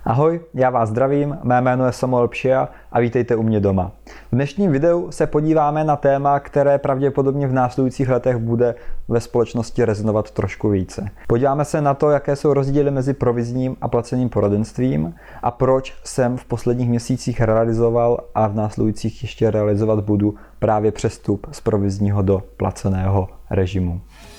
Ahoj, já vás zdravím, mé jméno je Samuel Pšia a vítejte u mě doma. V dnešním videu se podíváme na téma, které pravděpodobně v následujících letech bude ve společnosti rezonovat trošku více. Podíváme se na to, jaké jsou rozdíly mezi provizním a placeným poradenstvím a proč jsem v posledních měsících realizoval a v následujících ještě realizovat budu právě přestup z provizního do placeného režimu.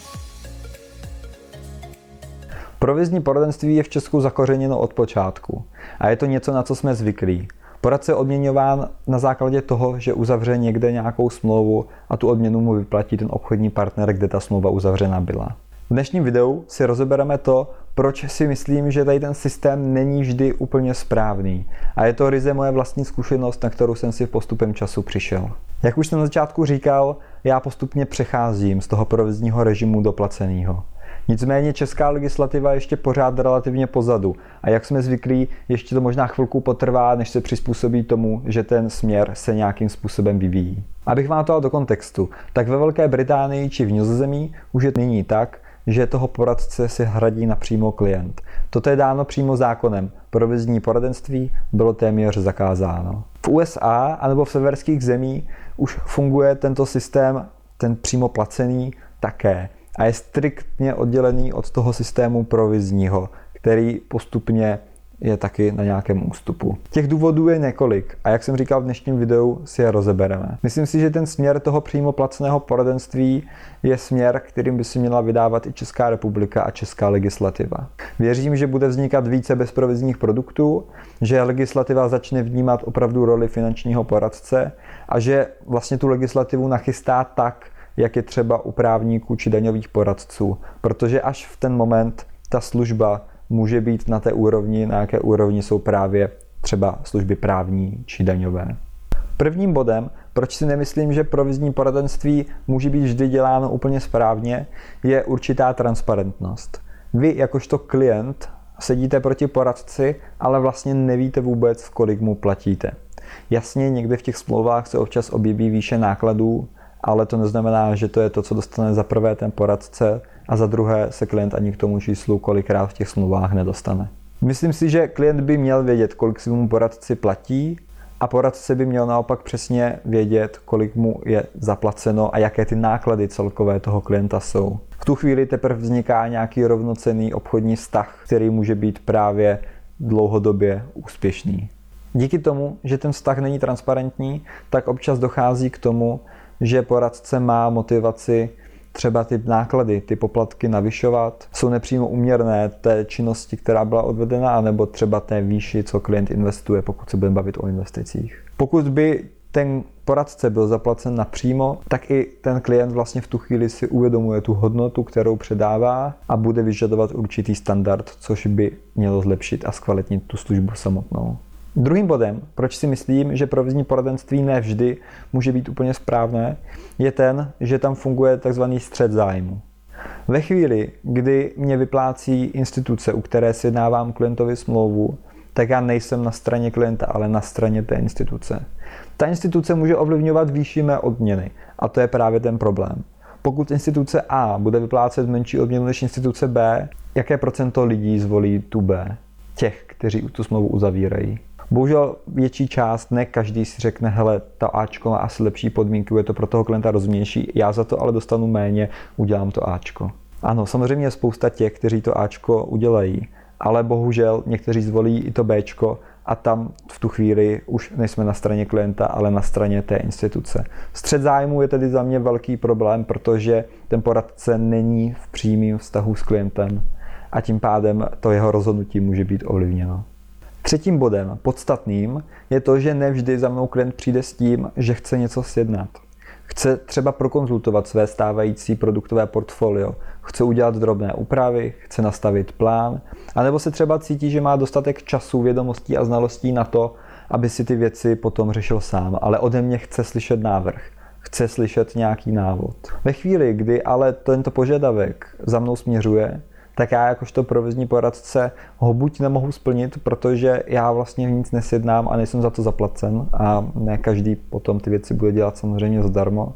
Provizní poradenství je v Česku zakořeněno od počátku a je to něco, na co jsme zvyklí. Poradce je odměňován na základě toho, že uzavře někde nějakou smlouvu a tu odměnu mu vyplatí ten obchodní partner, kde ta smlouva uzavřena byla. V dnešním videu si rozebereme to, proč si myslím, že tady ten systém není vždy úplně správný. A je to ryze moje vlastní zkušenost, na kterou jsem si postupem času přišel. Jak už jsem na začátku říkal, já postupně přecházím z toho provizního režimu do placeného. Nicméně česká legislativa je ještě pořád relativně pozadu a jak jsme zvyklí, ještě to možná chvilku potrvá, než se přizpůsobí tomu, že ten směr se nějakým způsobem vyvíjí. Abych vám to dal do kontextu, tak ve Velké Británii či v Nizozemí už je nyní tak, že toho poradce si hradí napřímo klient. Toto je dáno přímo zákonem. Provizní poradenství bylo téměř zakázáno. V USA anebo v severských zemích už funguje tento systém, ten přímo placený, také. A je striktně oddělený od toho systému provizního, který postupně je taky na nějakém ústupu. Těch důvodů je několik a jak jsem říkal v dnešním videu, si je rozebereme. Myslím si, že ten směr toho přímo placeného poradenství je směr, kterým by si měla vydávat i Česká republika a česká legislativa. Věřím, že bude vznikat více bezprovizních produktů, že legislativa začne vnímat opravdu roli finančního poradce a že vlastně tu legislativu nachystá tak, jak je třeba u právníků či daňových poradců, protože až v ten moment ta služba může být na té úrovni, na jaké úrovni jsou právě třeba služby právní či daňové. Prvním bodem, proč si nemyslím, že provizní poradenství může být vždy děláno úplně správně, je určitá transparentnost. Vy jakožto klient sedíte proti poradci, ale vlastně nevíte vůbec, kolik mu platíte. Jasně, někde v těch smlouvách se občas objeví výše nákladů, ale to neznamená, že to je to, co dostane za prvé ten poradce a za druhé se klient ani k tomu číslu kolikrát v těch smlouvách nedostane. Myslím si, že klient by měl vědět, kolik si mu poradci platí a poradce by měl naopak přesně vědět, kolik mu je zaplaceno a jaké ty náklady celkové toho klienta jsou. V tu chvíli teprve vzniká nějaký rovnocenný obchodní vztah, který může být právě dlouhodobě úspěšný. Díky tomu, že ten vztah není transparentní, tak občas dochází k tomu, že poradce má motivaci třeba ty náklady, ty poplatky navyšovat, jsou nepřímo úměrné té činnosti, která byla odvedena, anebo třeba té výši, co klient investuje, pokud se budeme bavit o investicích. Pokud by ten poradce byl zaplacen napřímo, tak i ten klient vlastně v tu chvíli si uvědomuje tu hodnotu, kterou předává a bude vyžadovat určitý standard, což by mělo zlepšit a zkvalitnit tu službu samotnou. Druhým bodem, proč si myslím, že provizní poradenství ne vždy může být úplně správné, je ten, že tam funguje tzv. Střet zájmu. Ve chvíli, kdy mě vyplácí instituce, u které sjednávám klientovi smlouvu, tak já nejsem na straně klienta, ale na straně té instituce. Ta instituce může ovlivňovat výši mé odměny a to je právě ten problém. Pokud instituce A bude vyplácet menší odměnu než instituce B, jaké procento lidí zvolí tu B? Těch, kteří tu smlouvu uzavírají. Bohužel větší část, ne každý si řekne, hele, ta Ačko má asi lepší podmínky, je to pro toho klienta rozumnější, já za to ale dostanu méně, udělám to Ačko. Ano, samozřejmě je spousta těch, kteří to Ačko udělají, ale bohužel někteří zvolí i to Bčko a tam v tu chvíli už nejsme na straně klienta, ale na straně té instituce. Střet zájmu je tedy za mě velký problém, protože ten poradce není v přímém vztahu s klientem a tím pádem to jeho rozhodnutí může být ovlivněno. Třetím bodem, podstatným, je to, že nevždy za mnou klient přijde s tím, že chce něco sjednat. Chce třeba prokonzultovat své stávající produktové portfolio, chce udělat drobné úpravy, chce nastavit plán, anebo se třeba cítí, že má dostatek času, vědomostí a znalostí na to, aby si ty věci potom řešil sám, ale ode mě chce slyšet návrh, chce slyšet nějaký návod. Ve chvíli, kdy ale tento požadavek za mnou směřuje, tak já jakožto provizní poradce ho buď nemohu splnit, protože já vlastně nic nesjednám a nejsem za to zaplacen a ne každý potom ty věci bude dělat samozřejmě zadarmo.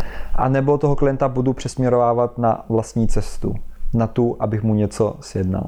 A nebo toho klienta budu přesměrovávat na vlastní cestu, na tu, abych mu něco sjednal.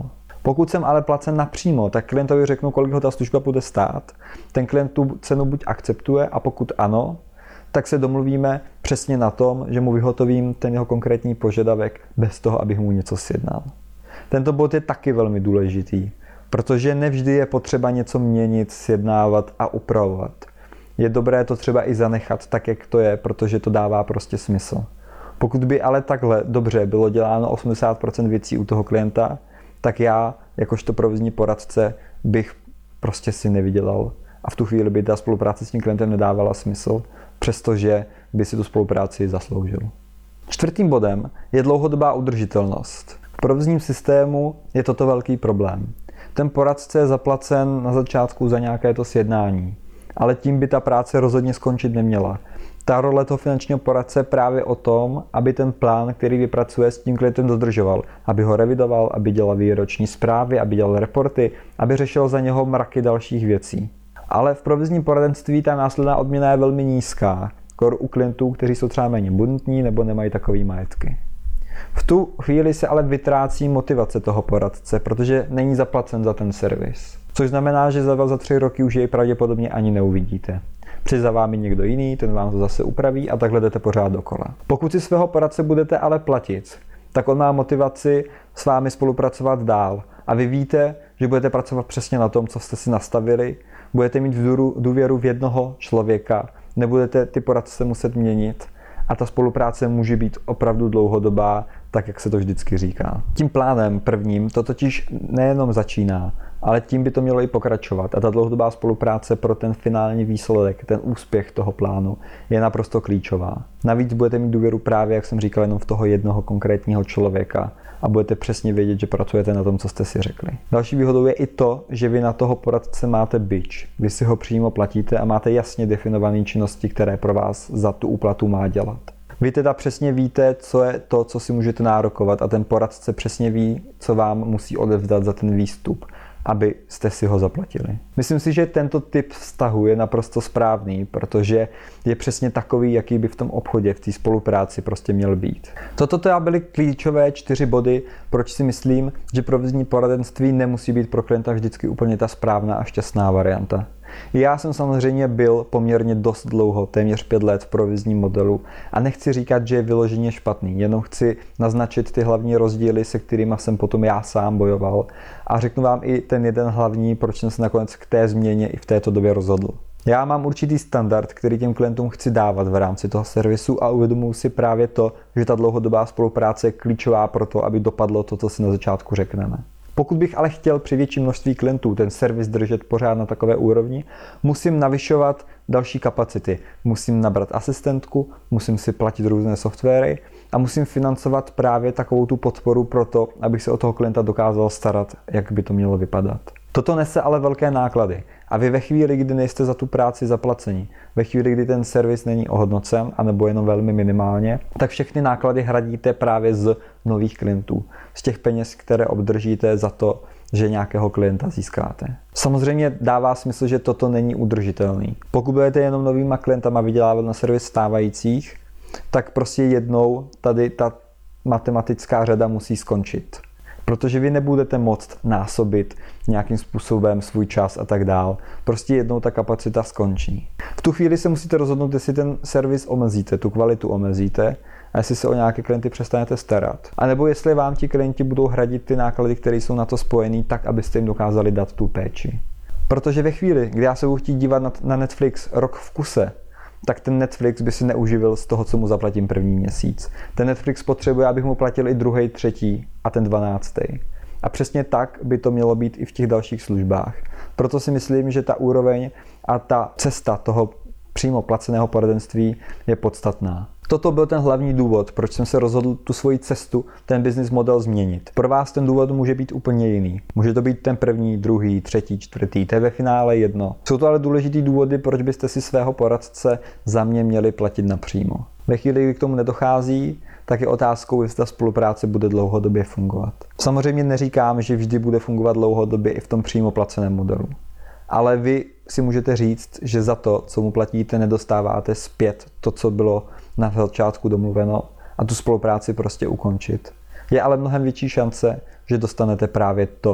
Pokud jsem ale placen napřímo, tak klientovi řeknu, kolik ho ta služba bude stát. Ten klient tu cenu buď akceptuje a pokud ano, tak se domluvíme přesně na tom, že mu vyhotovím ten jeho konkrétní požadavek bez toho, abych mu něco sjednal. Tento bod je taky velmi důležitý, protože nevždy je potřeba něco měnit, sjednávat a upravovat. Je dobré to třeba i zanechat tak, jak to je, protože to dává prostě smysl. Pokud by ale takhle dobře bylo děláno 80% věcí u toho klienta, tak já, jakožto provozní poradce, bych prostě si nevydělal a v tu chvíli by ta spolupráce s tím klientem nedávala smysl, přestože by si tu spolupráci zasloužil. Čtvrtým bodem je dlouhodobá udržitelnost. V provozním systému je toto velký problém. Ten poradce je zaplacen na začátku za nějaké to sjednání, ale tím by ta práce rozhodně skončit neměla. Ta role toho finančního poradce je právě o tom, aby ten plán, který vypracuje, s tím klientem dodržoval, aby ho revidoval, aby dělal výroční zprávy, aby dělal reporty, aby řešil za něho mraky dalších věcí. Ale v provozním poradenství ta následná odměna je velmi nízká, kor u klientů, kteří jsou třeba méně budní nebo nemají takové majetky. V tu chvíli se ale vytrácí motivace toho poradce, protože není zaplacen za ten servis. Což znamená, že za 3 roky už jej pravděpodobně ani neuvidíte. Přijde za vámi někdo jiný, ten vám to zase upraví a takhle jdete pořád dokola. Pokud si svého poradce budete ale platit, tak on má motivaci s vámi spolupracovat dál. A vy víte, že budete pracovat přesně na tom, co jste si nastavili, budete mít důvěru v jednoho člověka, nebudete ty poradce muset měnit a ta spolupráce může být opravdu dlouhodobá, tak jak se to vždycky říká. Tím plánem prvním to totiž nejenom začíná, ale tím by to mělo i pokračovat a ta dlouhodobá spolupráce pro ten finální výsledek, ten úspěch toho plánu je naprosto klíčová. Navíc budete mít důvěru právě, jak jsem říkal, jenom v toho jednoho konkrétního člověka a budete přesně vědět, že pracujete na tom, co jste si řekli. Další výhodou je i to, že vy na toho poradce máte bič. Vy si ho přímo platíte a máte jasně definované činnosti, které pro vás za tu úplatu má dělat. Vy teda přesně víte, co je to, co si můžete nárokovat a ten poradce přesně ví, co vám musí odevzdat za ten výstup, abyste si ho zaplatili. Myslím si, že tento typ vztahu je naprosto správný, protože je přesně takový, jaký by v tom obchodě, v té spolupráci prostě měl být. Toto byly klíčové 4 body, proč si myslím, že provozní poradenství nemusí být pro klienta vždycky úplně ta správná a šťastná varianta. Já jsem samozřejmě byl poměrně dost dlouho, téměř 5 let v provizním modelu a nechci říkat, že je vyloženě špatný, jenom chci naznačit ty hlavní rozdíly, se kterými jsem potom já sám bojoval a řeknu vám i ten jeden hlavní, proč jsem se nakonec k té změně i v této době rozhodl. Já mám určitý standard, který těm klientům chci dávat v rámci toho servisu a uvědomuji si právě to, že ta dlouhodobá spolupráce je klíčová pro to, aby dopadlo to, co si na začátku řekneme. Pokud bych ale chtěl při větším množství klientů ten servis držet pořád na takové úrovni, musím navyšovat další kapacity. Musím nabrat asistentku, musím si platit různé softwary a musím financovat právě takovou tu podporu pro to, abych se o toho klienta dokázal starat, jak by to mělo vypadat. Toto nese ale velké náklady a vy ve chvíli, kdy nejste za tu práci zaplaceni, ve chvíli, kdy ten servis není ohodnocen, anebo jenom velmi minimálně, tak všechny náklady hradíte právě z nových klientů, z těch peněz, které obdržíte za to, že nějakého klienta získáte. Samozřejmě dává smysl, že toto není udržitelný. Pokud budete jenom novýma klientama vydělávat na servis stávajících, tak prostě jednou tady ta matematická řada musí skončit. Protože vy nebudete moct násobit nějakým způsobem svůj čas a tak dál. Prostě jednou ta kapacita skončí. V tu chvíli se musíte rozhodnout, jestli ten servis omezíte, tu kvalitu omezíte a jestli se o nějaké klienty přestanete starat. A nebo jestli vám ti klienti budou hradit ty náklady, které jsou na to spojený, tak, abyste jim dokázali dát tu péči. Protože ve chvíli, kdy já se budu chtít dívat na Netflix rok v kuse, tak ten Netflix by si neuživil z toho, co mu zaplatím první měsíc. Ten Netflix potřebuje, abych mu platil i 2., 3. a ten 12. A přesně tak by to mělo být i v těch dalších službách. Proto si myslím, že ta úroveň a ta cesta toho přímo placeného poradenství je podstatná. Toto byl ten hlavní důvod, proč jsem se rozhodl tu svoji cestu, ten business model změnit. Pro vás ten důvod může být úplně jiný. Může to být ten 1., 2., 3., 4., to je ve finále jedno. Jsou to ale důležitý důvody, proč byste si svého poradce za mě měli platit napřímo. Ve chvíli, kdy k tomu nedochází, tak je otázkou, jestli ta spolupráce bude dlouhodobě fungovat. Samozřejmě neříkám, že vždy bude fungovat dlouhodobě i v tom přímo placeném modelu. Ale vy si můžete říct, že za to, co mu platíte, nedostáváte zpět to, co bylo na začátku domluveno a tu spolupráci prostě ukončit. Je ale mnohem větší šance, že dostanete právě to,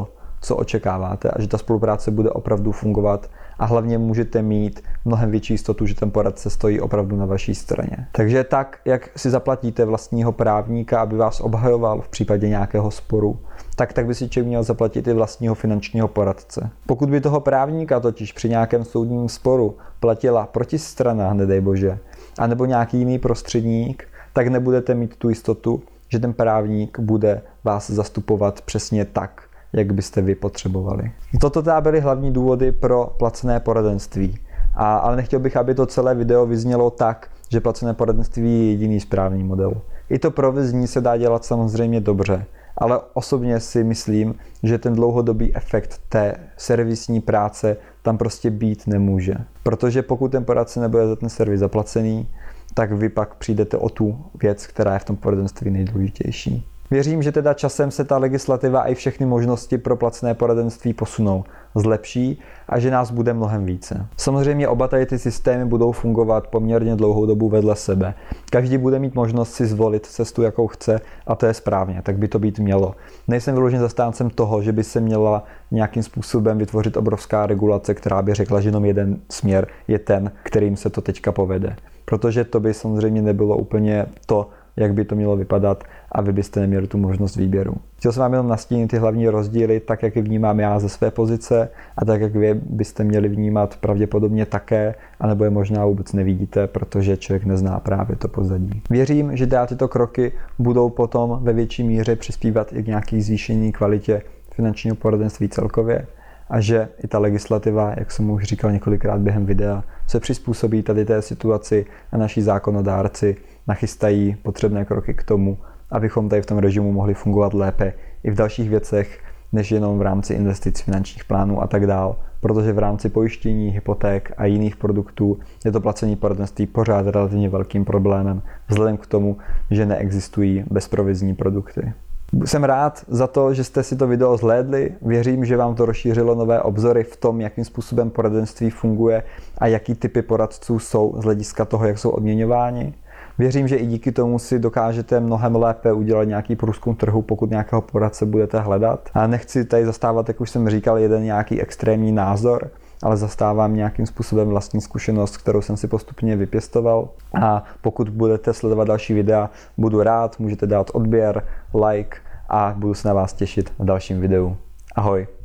co očekáváte a že ta spolupráce bude opravdu fungovat a hlavně můžete mít mnohem větší jistotu, že ten poradce stojí opravdu na vaší straně. Takže tak, jak si zaplatíte vlastního právníka, aby vás obhajoval v případě nějakého sporu, tak by si člověk měl zaplatit i vlastního finančního poradce. Pokud by toho právníka totiž při nějakém soudním sporu platila protistrana, nedej bože, anebo nějaký jiný prostředník, tak nebudete mít tu jistotu, že ten právník bude vás zastupovat přesně tak, jak byste vy potřebovali. Toto teda byly hlavní důvody pro placené poradenství. Ale nechtěl bych, aby to celé video vyznělo tak, že placené poradenství je jediný správný model. I to provizní se dá dělat samozřejmě dobře, ale osobně si myslím, že ten dlouhodobý efekt té servisní práce tam prostě být nemůže. Protože pokud ten poradce nebude za ten servis zaplacený, tak vy pak přijdete o tu věc, která je v tom poradenství nejdůležitější. Věřím, že teda časem se ta legislativa a i všechny možnosti pro placené poradenství posunou, zlepší a že nás bude mnohem více. Samozřejmě oba tady ty systémy budou fungovat poměrně dlouhou dobu vedle sebe. Každý bude mít možnost si zvolit cestu, jakou chce a to je správně, tak by to být mělo. Nejsem vyloženě zastáncem toho, že by se měla nějakým způsobem vytvořit obrovská regulace, která by řekla, že jenom jeden směr je ten, kterým se to teďka povede. Protože to by samozřejmě nebylo úplně to, jak by to mělo vypadat a vy byste neměli tu možnost výběru. Chtěl jsem vám jenom nastínit ty hlavní rozdíly, tak jak je vnímám já ze své pozice a tak jak vy byste měli vnímat pravděpodobně také, anebo je možná vůbec nevidíte, protože člověk nezná právě to pozadí. Věřím, že tyto kroky budou potom ve větší míře přispívat i k nějaké zvýšení kvalitě finančního poradenství celkově a že i ta legislativa, jak jsem už říkal několikrát během videa, se přizpůsobí tady té situaci a naši zákonodárci nachystají potřebné kroky k tomu, abychom tady v tom režimu mohli fungovat lépe i v dalších věcech, než jenom v rámci investic, finančních plánů a tak dál. Protože v rámci pojištění, hypoték a jiných produktů je to placení poradenství pořád relativně velkým problémem, vzhledem k tomu, že neexistují bezprovizní produkty. Jsem rád za to, že jste si to video zhlédli. Věřím, že vám to rozšířilo nové obzory v tom, jakým způsobem poradenství funguje a jaký typy poradců jsou z hlediska toho, jak jsou odměňováni. Věřím, že i díky tomu si dokážete mnohem lépe udělat nějaký průzkum trhu, pokud nějakého poradce budete hledat. A nechci tady zastávat, jak už jsem říkal, jeden nějaký extrémní názor, ale zastávám nějakým způsobem vlastní zkušenost, kterou jsem si postupně vypěstoval. A pokud budete sledovat další videa, budu rád, můžete dát odběr, like a budu se na vás těšit v dalším videu. Ahoj!